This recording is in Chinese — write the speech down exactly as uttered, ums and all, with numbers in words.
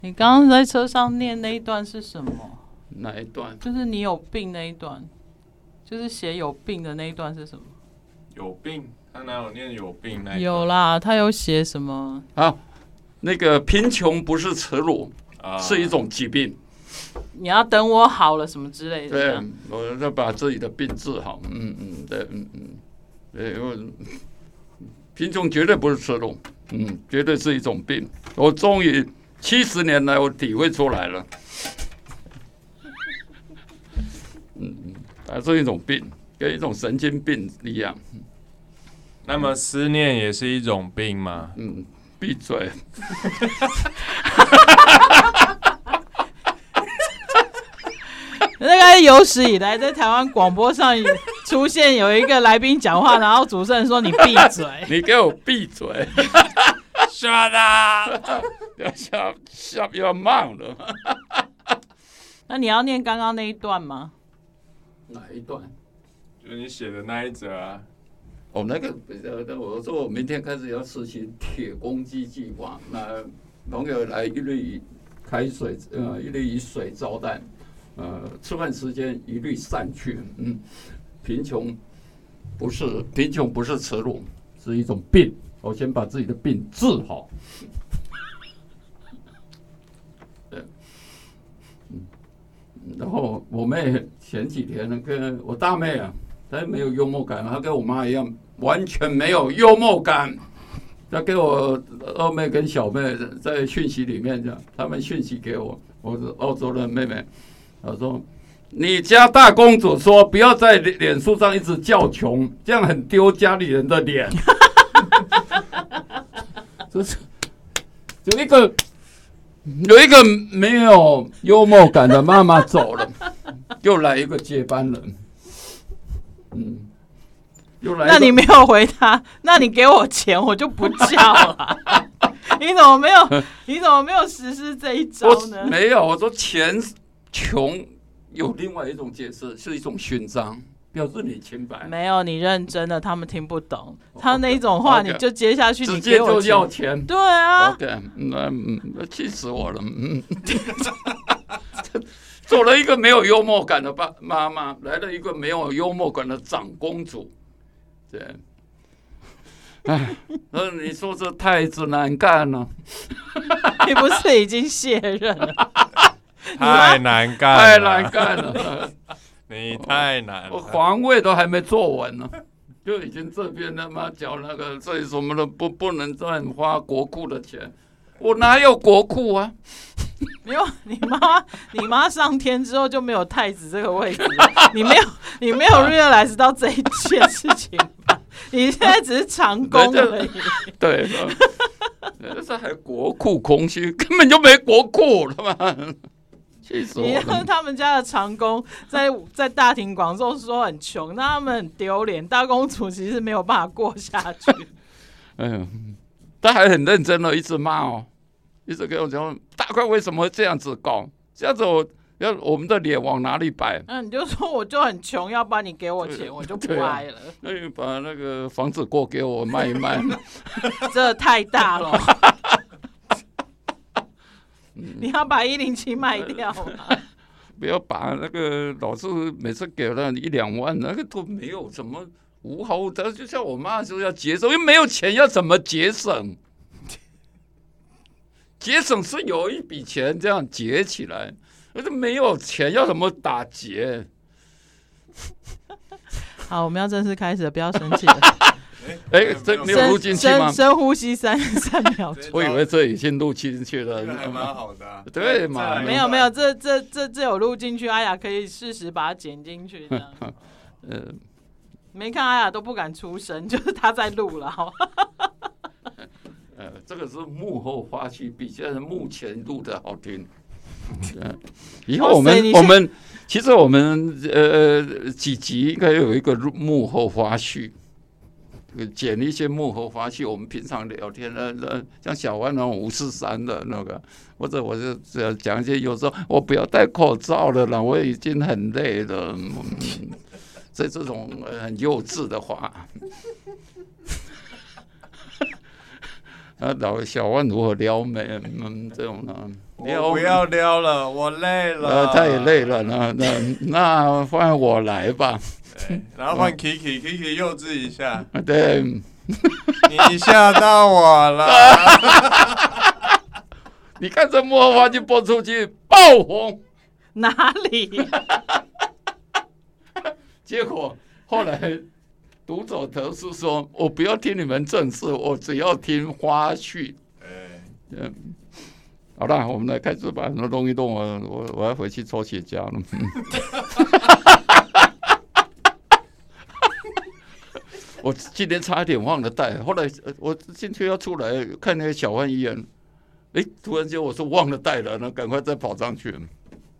你刚刚在车上念那一段是什么？ 哪一段？ 就是你有病那一段，就是写有病的那一段是什么？ 有病？他哪有念有病那一段？ 有啦，他有写什么？ 啊，那个贫穷不是耻辱， 啊、 是一种疾病。 你要等我好了什么之类的。 对，我要把自己的病治好。嗯嗯，对，嗯嗯，对，我贫穷绝对不是耻辱，嗯，绝对是一种病。我终于七十年来，我体会出来了。嗯嗯，它是一种病，跟一种神经病一样。 那么思念也是一种病吗？ 嗯，闭嘴。 那个有史以来在台湾广播上出现有一个来宾讲话，然后主持人说你闭嘴， 你给我闭嘴。 Shut up！ 要下下要慢了。 那你要念刚刚那一段吗？ 哪一段？ 就是你写的那一则啊。 哦，那个呃，我说我明天开始要实行铁公鸡计划，那朋友来一律以开水，呃，一律以水招待。呃，吃饭时间一律散去。嗯，贫穷不是贫穷不是耻辱，是一种病。我先把自己的病治好。对，嗯，然后我妹前几天呢，跟我大妹啊，她没有幽默感，她跟我妈一样，完全没有幽默感。她给我二妹跟小妹在讯息里面讲，他们讯息给我，我是澳洲的妹妹。他说：“你家大公主说不要在脸书上一直叫穷，这样很丢家里人的脸。”就是有一个有一个没有幽默感的妈妈走了，又来一个接班人。嗯，又来一个。 那你没有回他，那你给我钱我就不叫了。你怎么没有？你怎么没有实施这一招呢？ 没有，我说钱。穷有另外一种解释，是一种勋章，表示你清白。 没有，你认真的，他们听不懂。他那一种话，你就接下去， 直接就要钱。 对啊。 OK， 那嗯，气死我了。嗯，做了一个没有幽默感的爸妈妈，来了一个没有幽默感的长公主。对。哎，那你说这太子难干了。 你不是已经卸任了？ 太难干了， 太难干了， 你太难了， 我皇位都还没坐稳呢，就已经这边他妈缴那个这什么的不不能再花国库的钱，我哪有国库啊？ 没有，你妈你妈上天之后就没有太子这个位置，你没有你没有 realize 到这一件事情吧？你现在只是长工而已。 对，这还国库空虚，根本就没国库了嘛。气死我了！ 你让他们家的长工在在大庭广众说很穷，那他们很丢脸。大公主其实没有办法过下去。 哎呦，他还很认真的一直骂哦，一直跟我讲大概为什么会这样子搞，这样子我要我们的脸往哪里摆？ 那、嗯、你就说我就很穷，要不然你给我钱，我就不爱了。 那你把那个房子过给我卖一卖， 这太大了。你要把一零七卖掉吗？ 不要把那个老是每次给了一两万，那个都没有什么无毫无得。就像我妈说要节省，又没有钱，要怎么节省？节省是有一笔钱这样结起来，可是没有钱要怎么打结？ 好，我们要正式开始了，不要生气了。 哎、欸，这没有录进去吗？ 深深呼吸三三秒钟。 我以为这已经录进去了， 这个还蛮好的、啊。 对嘛？ 没有没有，这这这这有录进去，阿雅可以适时把它剪进去这样。呃，没看阿雅都不敢出声，就是他在录了，好。 呃，这个是幕后花絮，比现在目前录的好听。以后我们、哦、我们其实我们呃几集应该有一个幕后花絮。剪一些幕后花絮，我们平常聊天的，像小湾那种五四三的那个，或者我就讲一些，有时候我不要戴口罩了啦，我已经很累了，嗯、这这种很幼稚的话。啊，老小湾如何撩妹，嗯，这种呢， 我不要撩了，我累了。 呃，他也累了，那那那换我来吧。 然后换 Kiki，Kiki 幼稚一下。 对， 你吓到我了。 你看这幕后花絮播出去爆红， 哪里？ 结果后来读者投诉说，我不要听你们正事，我只要听花絮。嗯，好了，我们来开始吧。那动一动，我我我要回去抽雪茄了。我今天差一点忘了带，后来我进去要出来看那个小贩医院，哎，突然间我说忘了带了，那赶快再跑上去。